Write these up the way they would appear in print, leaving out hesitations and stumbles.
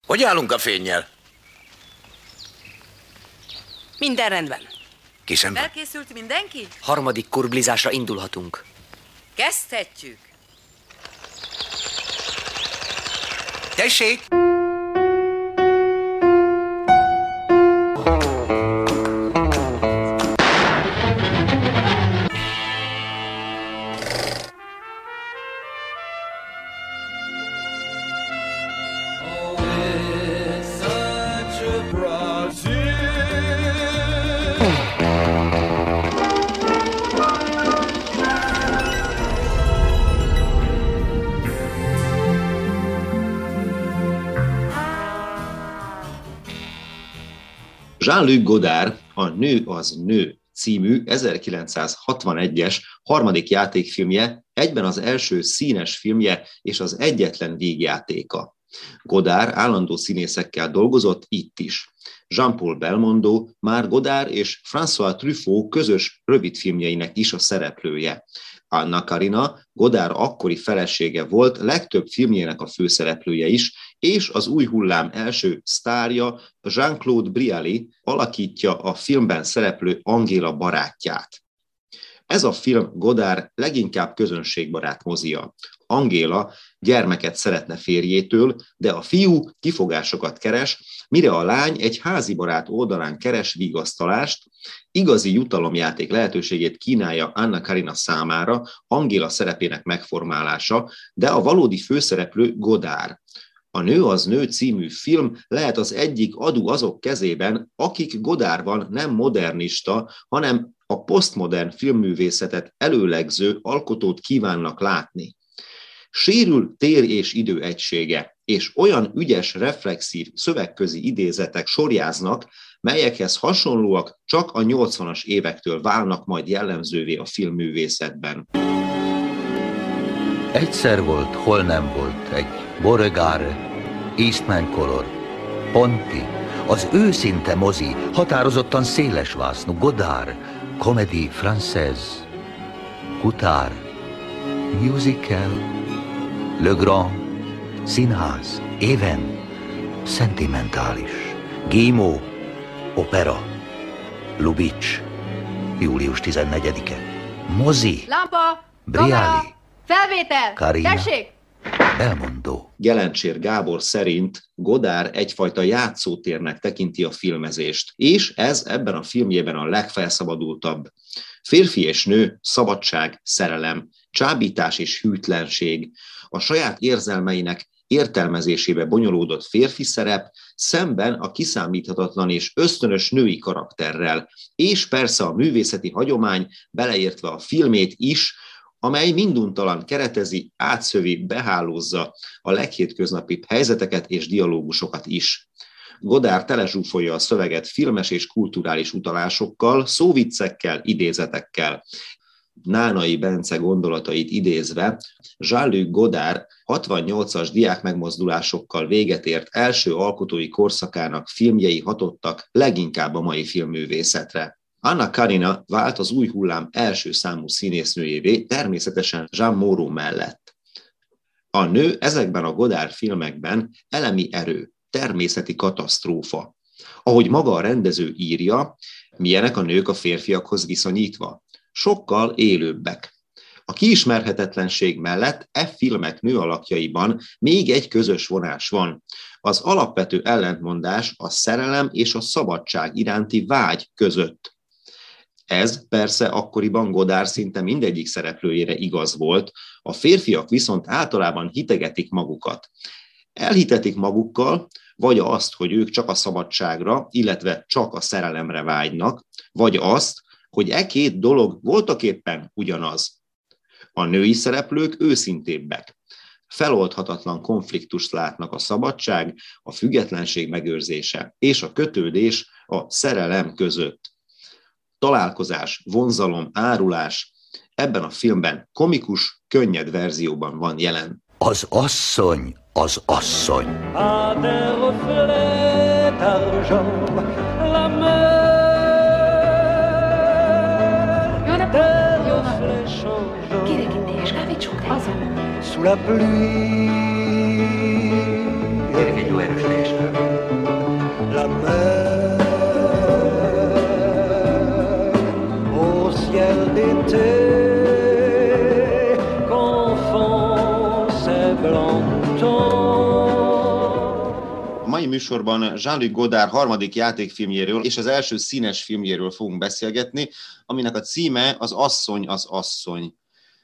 Hogy állunk a fénnyel? Minden rendben. Készen van? Felkészült mindenki? Harmadik kurblizásra indulhatunk. Kezdhetjük. Tessék! Jean-Luc Godard a Nő az nő című 1961-es harmadik játékfilmje, egyben az első színes filmje és az egyetlen vígjátéka. Godard állandó színészekkel dolgozott itt is. Jean-Paul Belmondo már Godard és François Truffaut közös rövidfilmjeinek is a szereplője. Anna Karina Godard akkori felesége volt, legtöbb filmjének a főszereplője is, és az új hullám első sztárja, Jean-Claude Brialy alakítja a filmben szereplő Angéla barátját. Ez a film Godard leginkább közönségbarát mozia. Angéla gyermeket szeretne férjétől, de a fiú kifogásokat keres, mire a lány egy házibarát oldalán keres vigasztalást, igazi jutalomjáték lehetőségét kínálja Anna Karina számára Angéla szerepének megformálása, de a valódi főszereplő Godard. A Nő az nő című film lehet az egyik adu azok kezében, akik Godardban nem modernista, hanem a posztmodern filmművészetet előlegző alkotót kívánnak látni. Sérül tér és idő egysége, és olyan ügyes, reflexív szövegközi idézetek sorjáznak, melyekhez hasonlóak csak a 80-as évektől válnak majd jellemzővé a filmművészetben. Egyszer volt, hol nem volt, egy Beauregard, Eastman Color, Ponty, az őszinte mozi, határozottan szélesvásznú Godard, Comédie Française, Coutard, Musical, Le Grand, színház, éven, szentimentális, Guillemot, opera, Lubitsch, július 14-e, mozi, Lámpa, Brialy, kamera, felvétel, Karina, tessék! Belmondo. Gelencsér Gábor szerint Godard egyfajta játszótérnek tekinti a filmezést, és ez ebben a filmjében a legfelszabadultabb. Férfi és nő, szabadság, szerelem, csábítás és hűtlenség, a saját érzelmeinek értelmezésébe bonyolódott férfi szerep szemben a kiszámíthatatlan és ösztönös női karakterrel, és persze a művészeti hagyomány, beleértve a filmét is, amely minduntalan keretezi, átszövi, behálózza a leghétköznapibb helyzeteket és dialógusokat is. Godard telezsúfolja a szöveget filmes és kulturális utalásokkal, szóviccekkel, idézetekkel. Nánai Bence gondolatait idézve, Jean-Luc Godard 68-as diákmegmozdulásokkal véget ért első alkotói korszakának filmjei hatottak leginkább a mai filmművészetre. Anna Karina vált az új hullám első számú színésznőjévé, természetesen Jean Moreau mellett. A nő ezekben a Godard filmekben elemi erő, természeti katasztrófa. Ahogy maga a rendező írja, milyenek a nők a férfiakhoz viszonyítva? Sokkal élőbbek. A kiismerhetetlenség mellett filmek nőalakjaiban még egy közös vonás van. Az alapvető ellentmondás a szerelem és a szabadság iránti vágy között. Ez persze akkoriban Godard szinte mindegyik szereplőjére igaz volt, a férfiak viszont általában hitegetik magukat. Elhitetik magukkal, vagy azt, hogy ők csak a szabadságra, illetve csak a szerelemre vágynak, vagy azt, hogy e két dolog voltaképpen ugyanaz. A női szereplők őszintébbek. Feloldhatatlan konfliktust látnak a szabadság, a függetlenség megőrzése és a kötődés a szerelem között. Találkozás, vonzalom, árulás ebben a filmben komikus, könnyed verzióban van jelen. Az asszony, az asszony. Jó napot! Jó napot! Kérek itt és kávét sok. Azon. Sous la pluie. Jó, erős, teljesen. La mer au ciel d'été confond ses blancs boutons. A mai műsorban Jean-Luc Godard harmadik játékfilmjéről és az első színes filmjéről fogunk beszélgetni, aminek a címe Az asszony az asszony.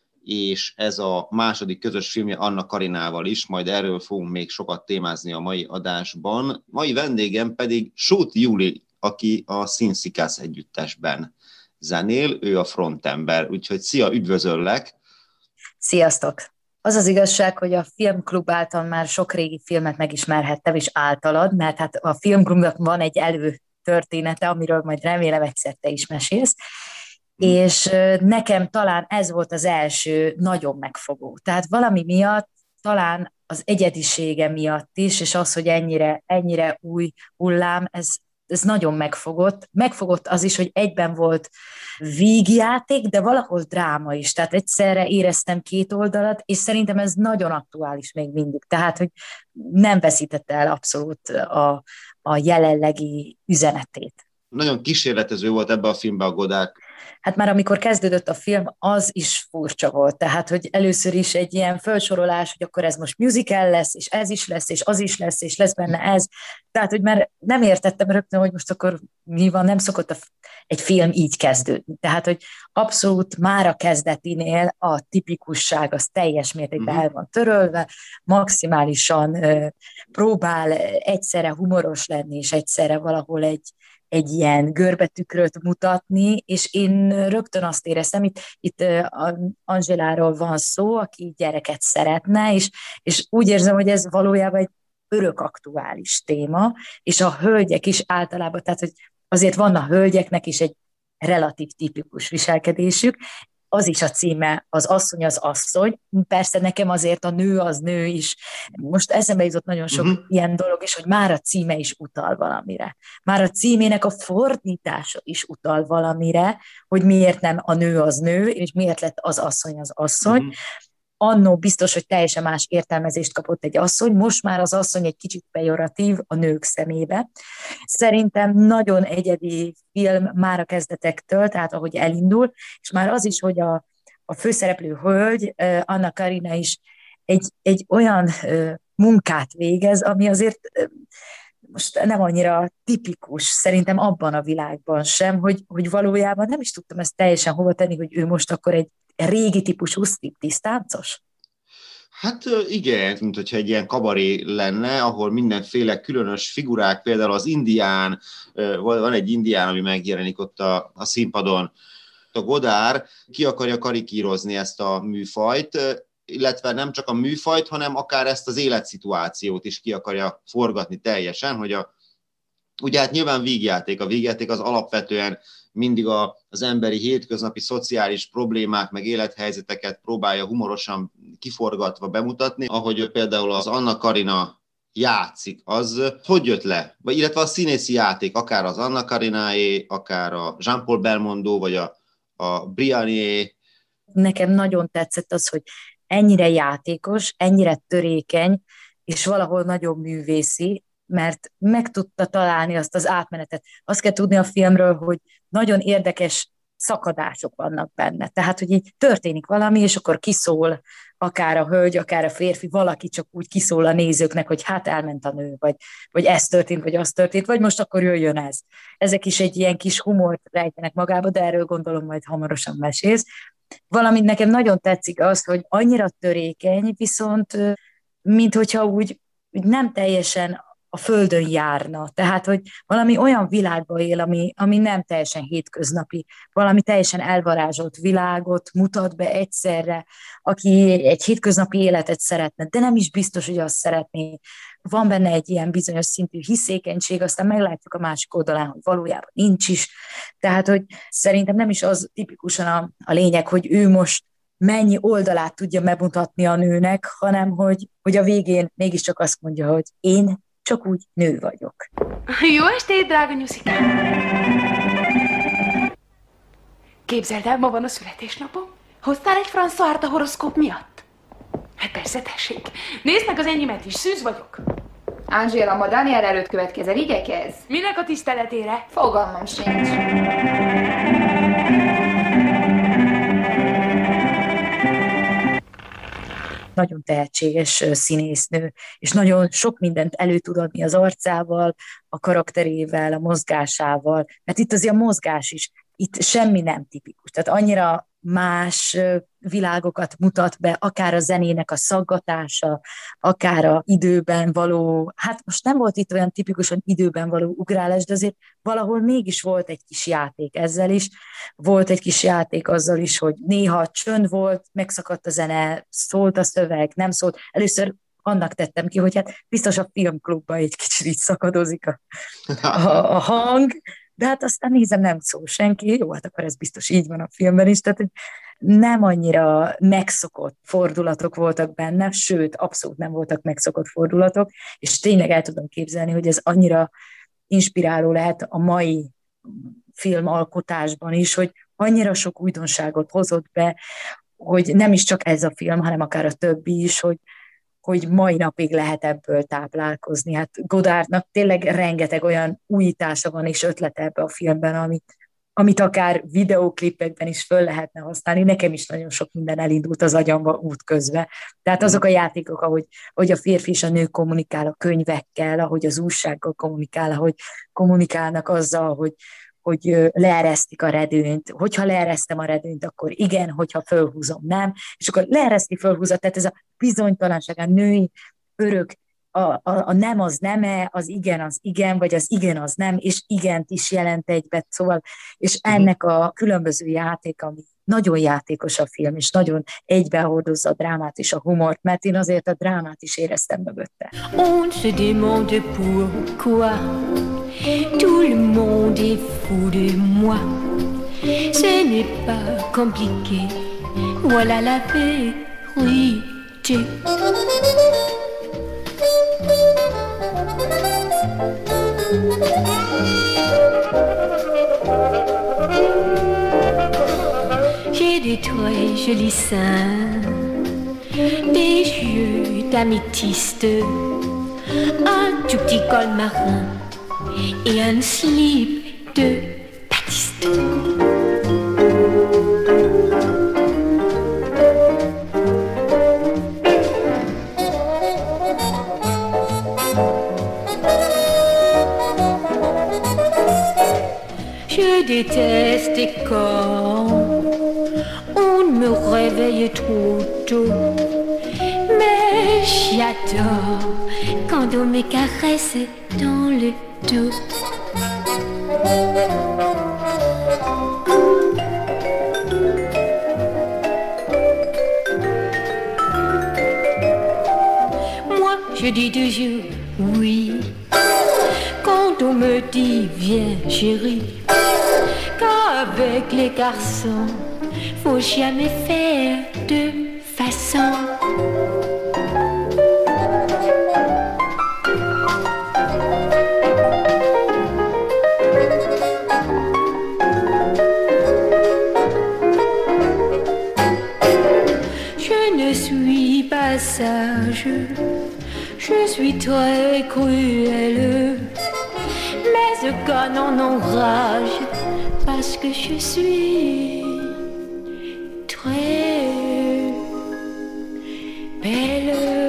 És ez a második közös filmje Anna Karinával is, majd erről fogunk még sokat témázni a mai adásban. Mai vendégem pedig Sóti Júli, aki a Színszikász együttesben zenél, ő a frontember, úgyhogy szia, üdvözöllek! Sziasztok! Az az igazság, hogy a Filmklub által már sok régi filmet megismerhettem, és általad, mert hát a Filmklubnak van egy előtörténete, amiről majd remélem egyszer te is mesélsz, és nekem talán ez volt az első nagyon megfogó. Tehát valami miatt, talán az egyedisége miatt is, és az, hogy ennyire új hullám, ez nagyon megfogott. Megfogott az is, hogy egyben volt vígjáték, de valahol dráma is. Tehát egyszerre éreztem két oldalat, és szerintem ez nagyon aktuális még mindig. Tehát, hogy nem veszítette el abszolút a jelenlegi üzenetét. Nagyon kísérletező volt ebbe a filmbe a Godard. Hát már amikor kezdődött a film, az is furcsa volt. Tehát, hogy először is egy ilyen felsorolás, hogy akkor ez most musical lesz, és ez is lesz, és az is lesz, és lesz benne ez. Tehát, hogy már nem értettem rögtön, hogy most akkor mi van, nem szokott egy film így kezdődni. Tehát, hogy abszolút már a kezdetinél a tipikusság az teljes mértékben el van törölve, maximálisan próbál egyszerre humoros lenni, és egyszerre valahol egy ilyen görbetükröt mutatni, és én rögtön azt éreztem, itt Angéláról van szó, aki gyereket szeretne, és úgy érzem, hogy ez valójában egy örökaktuális téma, és a hölgyek is általában, tehát hogy azért van a hölgyeknek is egy relatív tipikus viselkedésük, az is a címe, az asszony az asszony. Persze nekem azért a nő az nő is. Most eszembe jutott nagyon sok ilyen dolog is, hogy már a címe is utal valamire. Már a címének a fordítása is utal valamire, hogy miért nem a nő az nő, és miért lett az asszony az asszony. Annó biztos, hogy teljesen más értelmezést kapott egy asszony, most már az asszony egy kicsit pejoratív a nők szemébe. Szerintem nagyon egyedi film már a kezdetektől, tehát ahogy elindul, és már az is, hogy a főszereplő hölgy, Anna Karina is egy olyan munkát végez, ami azért most nem annyira tipikus, szerintem abban a világban sem, hogy valójában nem is tudtam ezt teljesen hova tenni, hogy ő most akkor egy régi típusú striptease táncos? Hát igen, mint hogyha egy ilyen kabaré lenne, ahol mindenféle különös figurák, például az indián, van egy indián, ami megjelenik ott a színpadon. A Godard ki akarja karikírozni ezt a műfajt, illetve nem csak a műfajt, hanem akár ezt az életszituációt is ki akarja forgatni teljesen, hogy ugye hát nyilván vígjáték, a vígjáték az alapvetően mindig az emberi hétköznapi szociális problémák, meg élethelyzeteket próbálja humorosan kiforgatva bemutatni, ahogy például az Anna Karina játszik, az hogy jött le? Illetve a színészi játék, akár az Anna Karinaé, akár a Jean-Paul Belmondo, vagy a Brianié. Nekem nagyon tetszett az, hogy ennyire játékos, ennyire törékeny, és valahol nagyon művészi, mert meg tudta találni azt az átmenetet. Azt kell tudni a filmről, hogy nagyon érdekes szakadások vannak benne. Tehát, hogy így történik valami, és akkor kiszól akár a hölgy, akár a férfi, valaki csak úgy kiszól a nézőknek, hogy hát elment a nő, vagy ez történt, vagy az történt, vagy most akkor jöjjön ez. Ezek is egy ilyen kis humort rejtenek magába, de erről gondolom majd hamarosan mesélsz. Valamint nekem nagyon tetszik az, hogy annyira törékeny, viszont mint hogyha úgy nem teljesen a földön járna. Tehát, hogy valami olyan világba él, ami nem teljesen hétköznapi, valami teljesen elvarázsolt világot mutat be egyszerre, aki egy hétköznapi életet szeretne, de nem is biztos, hogy azt szeretné. Van benne egy ilyen bizonyos szintű hiszékenység, aztán meglátjuk a másik oldalán, hogy valójában nincs is. Tehát, hogy szerintem nem is az tipikusan a lényeg, hogy ő most mennyi oldalát tudja bemutatni a nőnek, hanem hogy a végén mégiscsak azt mondja, hogy én csak úgy nő vagyok. Jó estét, drága nyuszikám! Képzeld el, ma van a születésnapom. Hoztál egy François-t a horoszkóp miatt? Hát persze, tessék. Nézd meg az enyémet is, szűz vagyok. Angela, ma Daniel előtt következel, igyekez? Minek a tiszteletére? Fogalmam sincs. Nagyon tehetséges színésznő, és nagyon sok mindent elő tud adni az arcával, a karakterével, a mozgásával, mert itt azért a mozgás is, itt semmi nem tipikus, tehát annyira más világokat mutat be, akár a zenének a szaggatása, akár a időben való, hát most nem volt itt olyan tipikusan időben való ugrálás, de azért valahol mégis volt egy kis játék ezzel is, volt egy kis játék azzal is, hogy néha csönd volt, megszakadt a zene, szólt a szöveg, nem szólt. Először annak tettem ki, hogy hát biztos a filmklubban egy kicsit így szakadozik a hang, de hát aztán nézem, nem szól senki, jó, hát akkor ez biztos így van a filmben is, tehát hogy nem annyira megszokott fordulatok voltak benne, sőt, abszolút nem voltak megszokott fordulatok, és tényleg el tudom képzelni, hogy ez annyira inspiráló lehet a mai filmalkotásban is, hogy annyira sok újdonságot hozott be, hogy nem is csak ez a film, hanem akár a többi is, hogy mai napig lehet ebből táplálkozni. Hát Godardnak tényleg rengeteg olyan újítása van és ötlete ebbe a filmben, amit akár videóklipekben is föl lehetne használni. Nekem is nagyon sok minden elindult az agyamba útközben. Tehát azok a játékok, ahogy a férfi és a nő kommunikál a könyvekkel, ahogy az újsággal kommunikál, ahogy kommunikálnak azzal, hogy leeresztik a redőnyt. Hogyha leeresztem a redőnyt, akkor igen, hogyha fölhúzom, nem. És akkor leereszti, fölhúzza, tehát ez a bizonytalanság, a női örök, a nem az nem-e, az igen, vagy az igen az nem, és igent is jelent egybe, szóval, és ennek a különböző játék, ami nagyon játékos a film, és nagyon egybehordozza a drámát és a humort, mert én azért a drámát is éreztem mögötte. On se demande pourquoi tout le monde est fou de moi. Ce n'est pas compliqué, voilà la vérité. J'ai des très jolis seins, des yeux d'améthyste, un tout petit col marin et un slip de Batiste. Je déteste quand on me réveille trop tôt, mais j'adore quand on me caresse dans le dos. Moi, je dis toujours oui quand on me dit viens chérie, qu'avec les garçons faut jamais faire de façon. Je ne suis pas sage, je suis très cruelle, mais quand on enrage, parce que je suis très belle.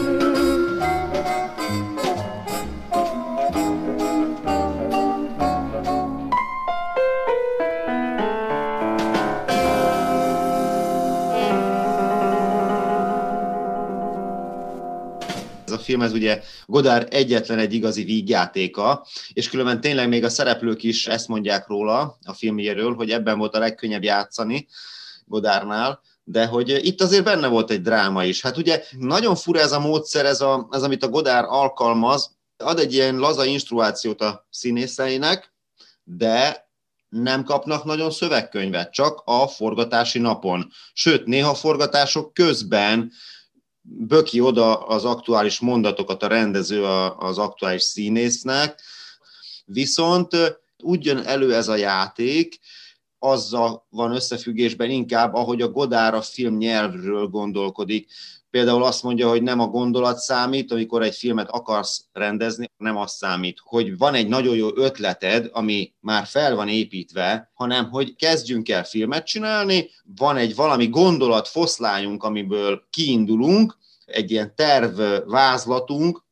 Ez a film, ez ugye Godard egyetlen egy igazi vígjátéka, és különben tényleg még a szereplők is ezt mondják róla, a filmjéről, hogy ebben volt a legkönnyebb játszani Godardnál, de hogy itt azért benne volt egy dráma is. Hát ugye nagyon fura ez a módszer, ez amit a Godard alkalmaz, ad egy ilyen laza instruációt a színészeinek, de nem kapnak nagyon szövegkönyvet, csak a forgatási napon. Sőt, néha forgatások közben böki oda az aktuális mondatokat a rendező az aktuális színésznek, viszont úgy jön elő ez a játék, azzal van összefüggésben inkább, ahogy a Godard a film nyelvről gondolkodik. például azt mondja, hogy nem a gondolat számít, amikor egy filmet akarsz rendezni, nem az számít, hogy van egy nagyon jó ötleted, ami már fel van építve, hanem hogy kezdjünk el filmet csinálni, van egy valami gondolat, foszlányunk, amiből kiindulunk, egy ilyen tervvázlatunk,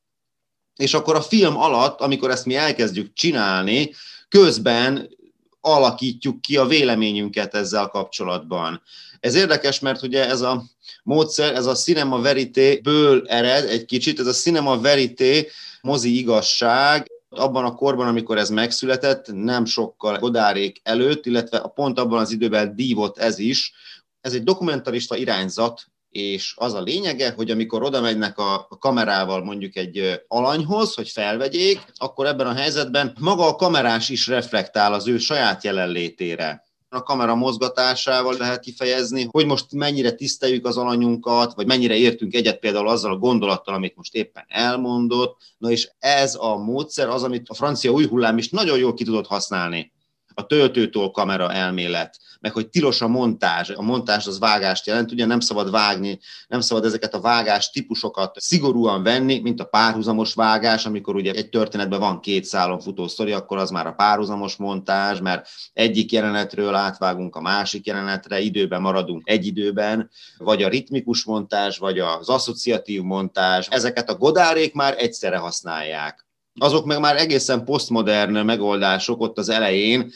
és akkor a film alatt, amikor ezt mi elkezdjük csinálni, közben alakítjuk ki a véleményünket ezzel kapcsolatban. Ez érdekes, mert ugye ez a módszer, ez a cinema verité-ből ered egy kicsit, ez a cinema verité mozi igazság, abban a korban, amikor ez megszületett, nem sokkal Godárék előtt, illetve pont abban az időben dívott ez is. Ez egy dokumentarista irányzat, és az a lényege, hogy amikor oda megynek a kamerával mondjuk egy alanyhoz, hogy felvegyék, akkor ebben a helyzetben maga a kamerás is reflektál az ő saját jelenlétére. A kamera mozgatásával lehet kifejezni, hogy most mennyire tiszteljük az alanyunkat, vagy mennyire értünk egyet például azzal a gondolattal, amit most éppen elmondott. Na és ez a módszer az, amit a francia új hullám is nagyon jól ki tudott használni. A töltőtól kamera elmélet, meg hogy tilos a montázs. A montázs az vágást jelent, ugye nem szabad vágni, nem szabad ezeket a vágás típusokat szigorúan venni, mint a párhuzamos vágás, amikor ugye egy történetben van 2 szálon futó sztori, akkor az már a párhuzamos montázs, mert egyik jelenetről átvágunk a másik jelenetre, időben maradunk egy időben, vagy a ritmikus montázs, vagy az asszociatív montázs. Ezeket a Godárék már egyszerre használják. Azok meg már egészen posztmodern megoldások ott az elején,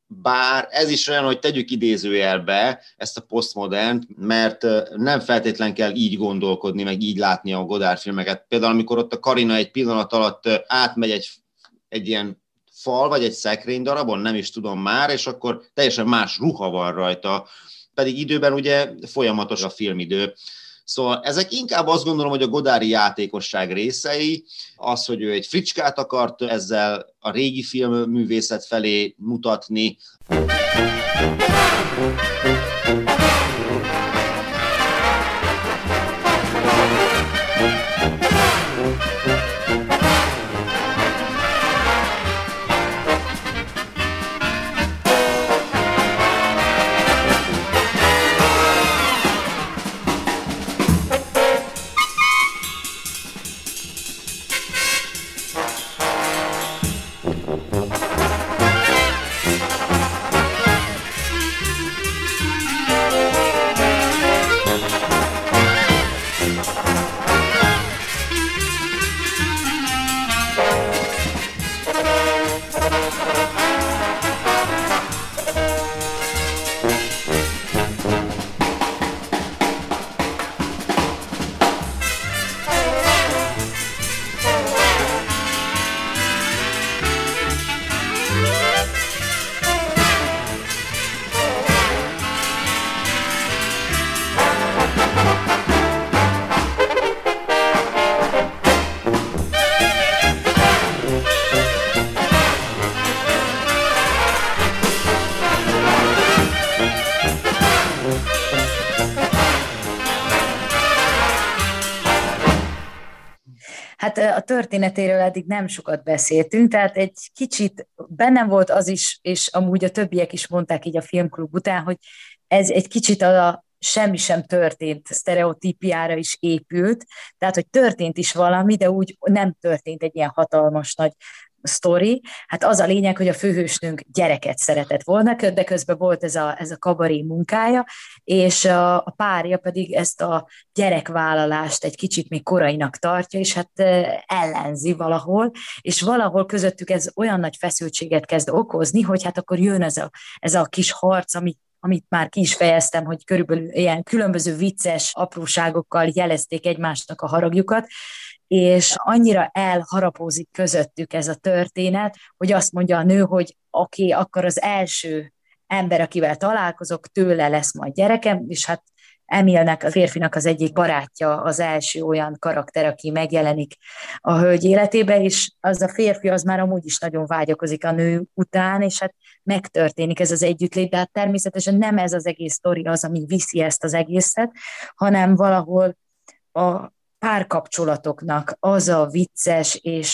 bár ez is olyan, hogy tegyük idézőjelbe ezt a posztmodernt, mert nem feltétlen kell így gondolkodni, meg így látni a Godard filmeket. Például amikor ott a Karina egy pillanat alatt átmegy egy ilyen fal, vagy egy szekrény darabon, nem is tudom már, és akkor teljesen más ruha van rajta, pedig időben ugye folyamatos a filmidő. Szóval ezek inkább azt gondolom, hogy a Godardi játékosság részei, az, hogy ő egy fricskát akart ezzel a régi filmművészet felé mutatni. Hát a történetéről eddig nem sokat beszéltünk, tehát egy kicsit bennem volt az is, és amúgy a többiek is mondták így a filmklub után, hogy ez egy kicsit a semmi sem történt sztereotípiára is épült, tehát hogy történt is valami, de úgy nem történt egy ilyen hatalmas nagy sztori. Hát az a lényeg, hogy a főhősnőnk gyereket szeretett volna, de közben volt ez a kabaré munkája, és a párja pedig ezt a gyerekvállalást egy kicsit még korainak tartja, és hát ellenzi valahol, és valahol közöttük ez olyan nagy feszültséget kezd okozni, hogy hát akkor jön ez a kis harc, amit már ki is fejeztem, hogy körülbelül ilyen különböző vicces apróságokkal jelezték egymásnak a haragjukat, és annyira elharapózik közöttük ez a történet, hogy azt mondja a nő, hogy oké, akkor az első ember, akivel találkozok, tőle lesz majd gyerekem, és hát Emilnek, a férfinak az egyik barátja az első olyan karakter, aki megjelenik a hölgy életébe, és az a férfi az már amúgy is nagyon vágyakozik a nő után, és hát megtörténik ez az együttlét, de hát természetesen nem ez az egész sztori az, ami viszi ezt az egészet, hanem valahol a párkapcsolatoknak az a vicces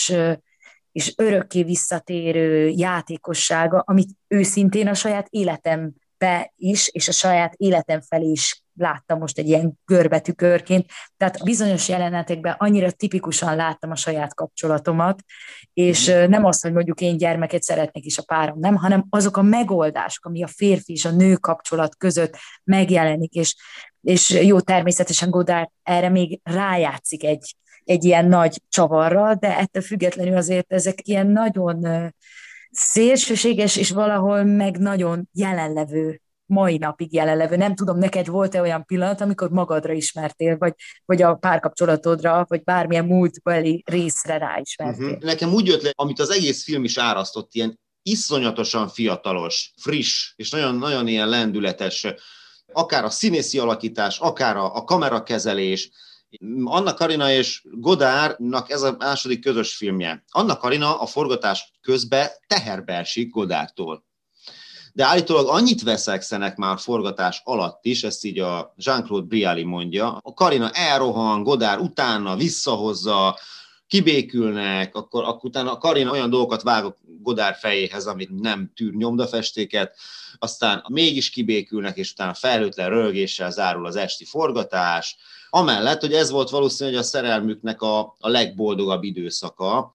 és örökké visszatérő játékossága, amit őszintén a saját életembe is, és a saját életem felé is láttam most egy ilyen görbetükörként, tehát bizonyos jelenetekben annyira tipikusan láttam a saját kapcsolatomat, és nem azt, hogy mondjuk én gyermeket szeretnék, és a párom nem, hanem azok a megoldások, ami a férfi és a nő kapcsolat között megjelenik, és jó, természetesen Godard erre még rájátszik egy ilyen nagy csavarral, de ettől függetlenül azért ezek ilyen nagyon szélsőséges, és valahol meg nagyon jelenlevő, mai napig jelenlevő. Nem tudom, neked volt-e olyan pillanat, amikor magadra ismertél, vagy a párkapcsolatodra, vagy bármilyen múltbeli részre ráismertél? Nekem úgy jött le, amit az egész film is árasztott, ilyen iszonyatosan fiatalos, friss, és nagyon-nagyon ilyen lendületes, akár a színészi alakítás, akár a kamerakezelés. Anna Karina és Godardnak ez a második közös filmje. Anna Karina a forgatás közben teherbe esik Godardtól. De állítólag annyit veszekszenek már forgatás alatt is, ezt így a Jean-Claude Brialy mondja. A Karina elrohan, Godard utána visszahozza, kibékülnek, akkor utána a Karina olyan dolgokat vág a Godard fejéhez, amit nem tűr nyomdafestéket, aztán mégis kibékülnek, és utána felhőtlen röhögéssel zárul az esti forgatás. Amellett, hogy ez volt valószínűleg a szerelmüknek a legboldogabb időszaka.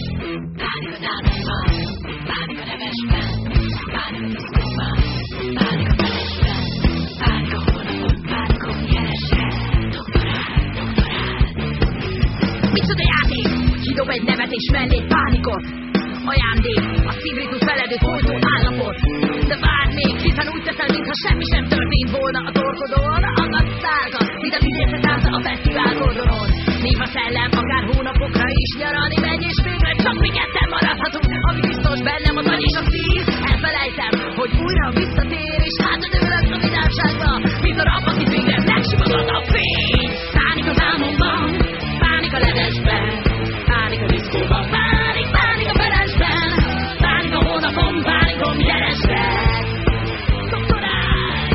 Micsoda játék! Kidob egy nevetés mellé pánikot. Ajándék, a szívritus feledőt oltó állapot. De várj még, hiszen úgy teszel, mintha semmi sem történt volna a torkodon. Agad szárgat, mint a művészet tánca a fesztivál kordonon. Név a szellem, akár hónapokra is nyaralni megy, és végre csak mi ketten maradhatunk. Ami biztos bennem az agy és a szív. Elfelejtem, hogy újra visszatér, és hát a nő lesz a vidámságba, mint a rab, akit végre megsimogat a fény. Pánik az álmomban, pánik a ledesben, pánik a diszkóban, pánik a felesben, pánik a hónapon, pánikom jelenleg. Doktorál!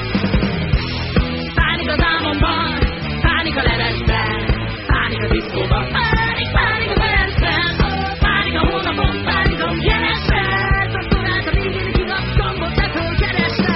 Pánik az álmomban, pánik a ledesben, pánik a diszkóban, pánik a felesben, pánik a hónapon, pánikom jelenleg. Doktorált a végén igaz gombot, ettől kerestem.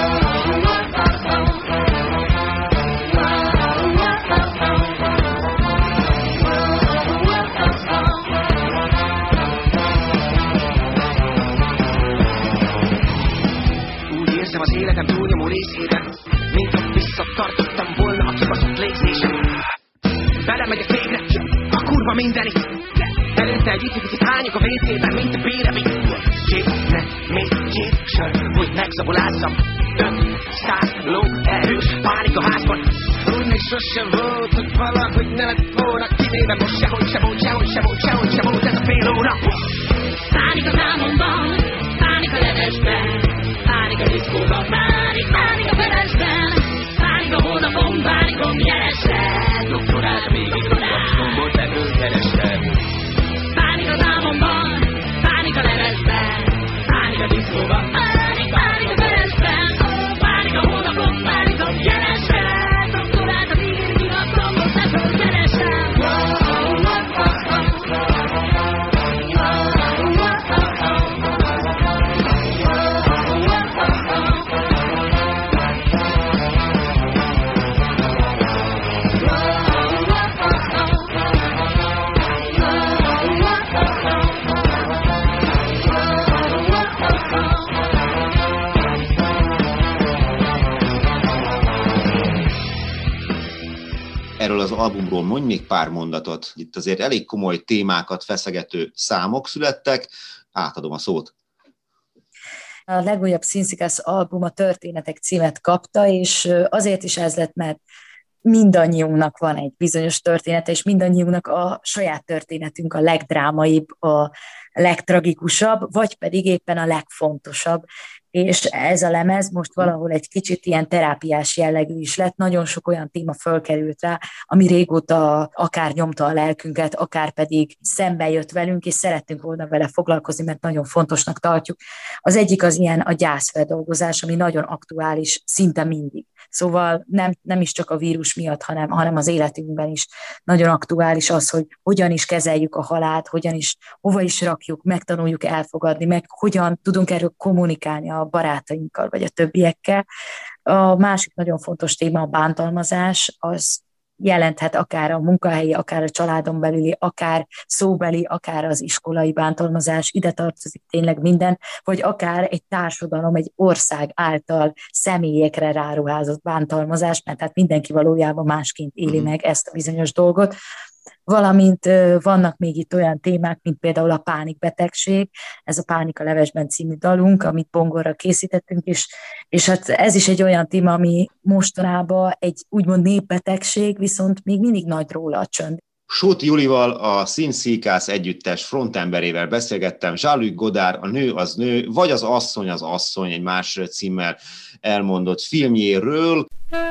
Az életem túlnyomó részére, mint ha visszatartottam volna a kibaszott légzésem. Belemegyek végre, a kurva mindeni. Előtte egy icipicit hányok a vécében, mint a bíremi. Két, ne, még két sör, hogy megzabolázzam. 500 lóerő, pánik a házban. Úgy még sosem volt, hogy valahogy ne lett volna kivéve. Most sehogy se volt, sehogy se volt ez a fél óra. Pánik az álmomban, pánik a ledesben, pánik a diszkóban, pánik a felesben, pánik a hónapon, pánikom jelenleg. Doktorál, még gombot ebből kerestem. Pánik az álmomban, pánik a ledesben, pánik a diszkóban, pánik a felesben, pánik a hónapon, pánikom jelenleg. Doktorál, még gombot ebből kerestem. Erről az albumról mondj még pár mondatot. Itt azért elég komoly témákat feszegető számok születtek. Átadom a szót. A legújabb Színszikász album a Történetek címet kapta, és azért is ez lett, mert mindannyiunknak van egy bizonyos története, és mindannyiunknak a saját történetünk a legdrámaibb, a legtragikusabb, vagy pedig éppen a legfontosabb. És ez a lemez most valahol egy kicsit ilyen terápiás jellegű is lett, nagyon sok olyan téma fölkerült rá, ami régóta akár nyomta a lelkünket, akár pedig szembe jött velünk, és szerettünk volna vele foglalkozni, mert nagyon fontosnak tartjuk. Az egyik az ilyen a gyászfeldolgozás, ami nagyon aktuális szinte mindig. Szóval nem is csak a vírus miatt, hanem az életünkben is nagyon aktuális az, hogy hogyan is kezeljük a halált, hova is rakjuk, megtanuljuk elfogadni, meg hogyan tudunk erről kommunikálni a barátainkkal, vagy a többiekkel. A másik nagyon fontos téma a bántalmazás, az jelenthet akár a munkahelyi, akár a családon belüli, akár szóbeli, akár az iskolai bántalmazás, ide tartozik tényleg minden, vagy akár egy társadalom, egy ország által személyekre ráruházott bántalmazás, mert hát mindenki valójában másként éli meg ezt a bizonyos dolgot. Valamint vannak még itt olyan témák, mint például a pánikbetegség, ez a Pánik a levesben című dalunk, amit Bongorra készítettünk, és hát ez is egy olyan téma, ami mostanában egy úgymond népbetegség, viszont még mindig nagy róla a csönd. Sóth Julival, a Színszíkász együttes frontemberével beszélgettem. Jean-Luc Godard, A nő az nő, vagy Az asszony, egy más címmel elmondott filmjéről.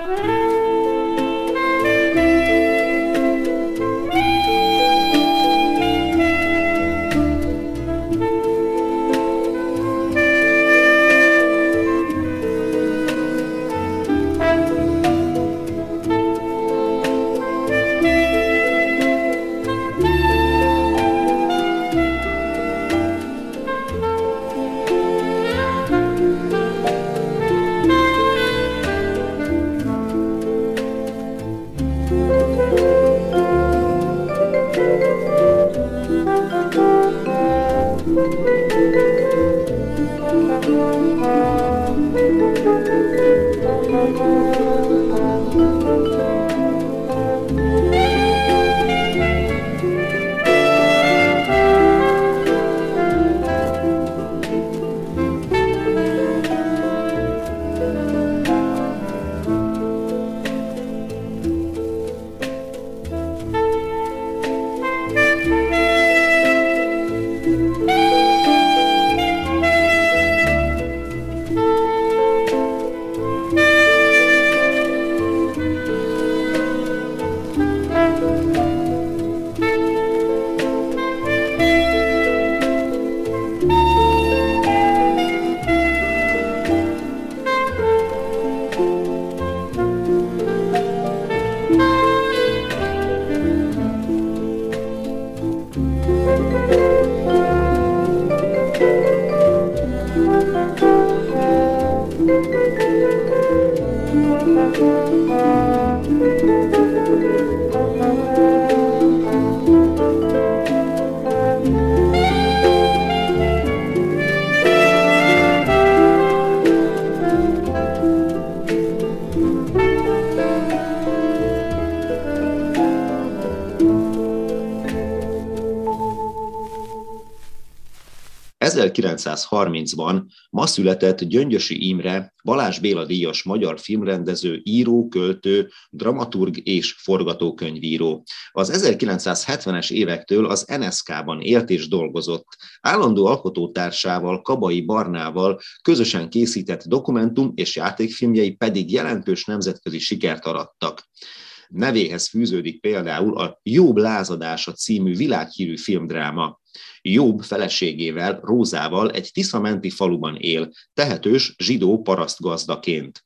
...1930-ban ma született Gyöngyösi Imre, Balázs Béla díjas magyar filmrendező, író, költő, dramaturg és forgatókönyvíró. Az 1970-es évektől az NSZK-ban élt és dolgozott. Állandó alkotótársával, Kabai Barnával közösen készített dokumentum és játékfilmjei pedig jelentős nemzetközi sikert arattak. Nevéhez fűződik például a Jobb lázadása című világhírű filmdráma. Jobb feleségével, Rózával egy tiszamenti faluban él, tehetős zsidó parasztgazdaként.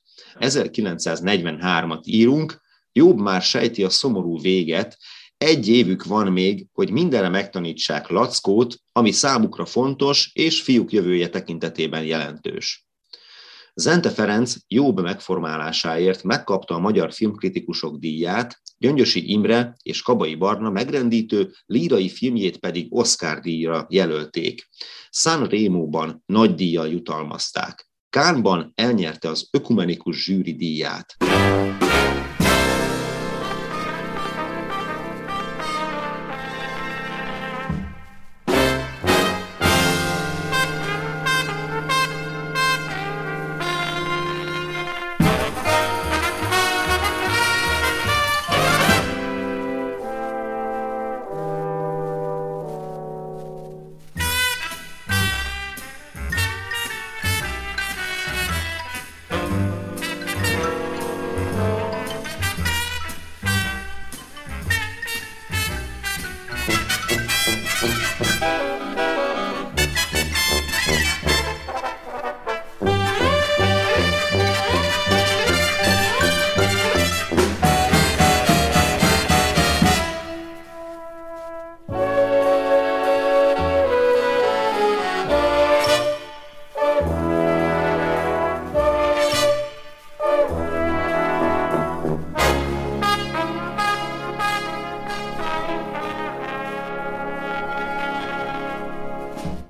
1943-at írunk, Jobb már sejti a szomorú véget, egy évük van még, hogy mindenre megtanítsák Lackót, ami számukra fontos és fiúk jövője tekintetében jelentős. Zente Ferenc Jobb megformálásáért megkapta a Magyar Filmkritikusok díját, Gyöngyösi Imre és Kabai Barna megrendítő lírai filmjét pedig Oscar-díjra jelölték. San Remóban nagy díjjal jutalmazták. Cannes-ban elnyerte az ökumenikus zsűri díját.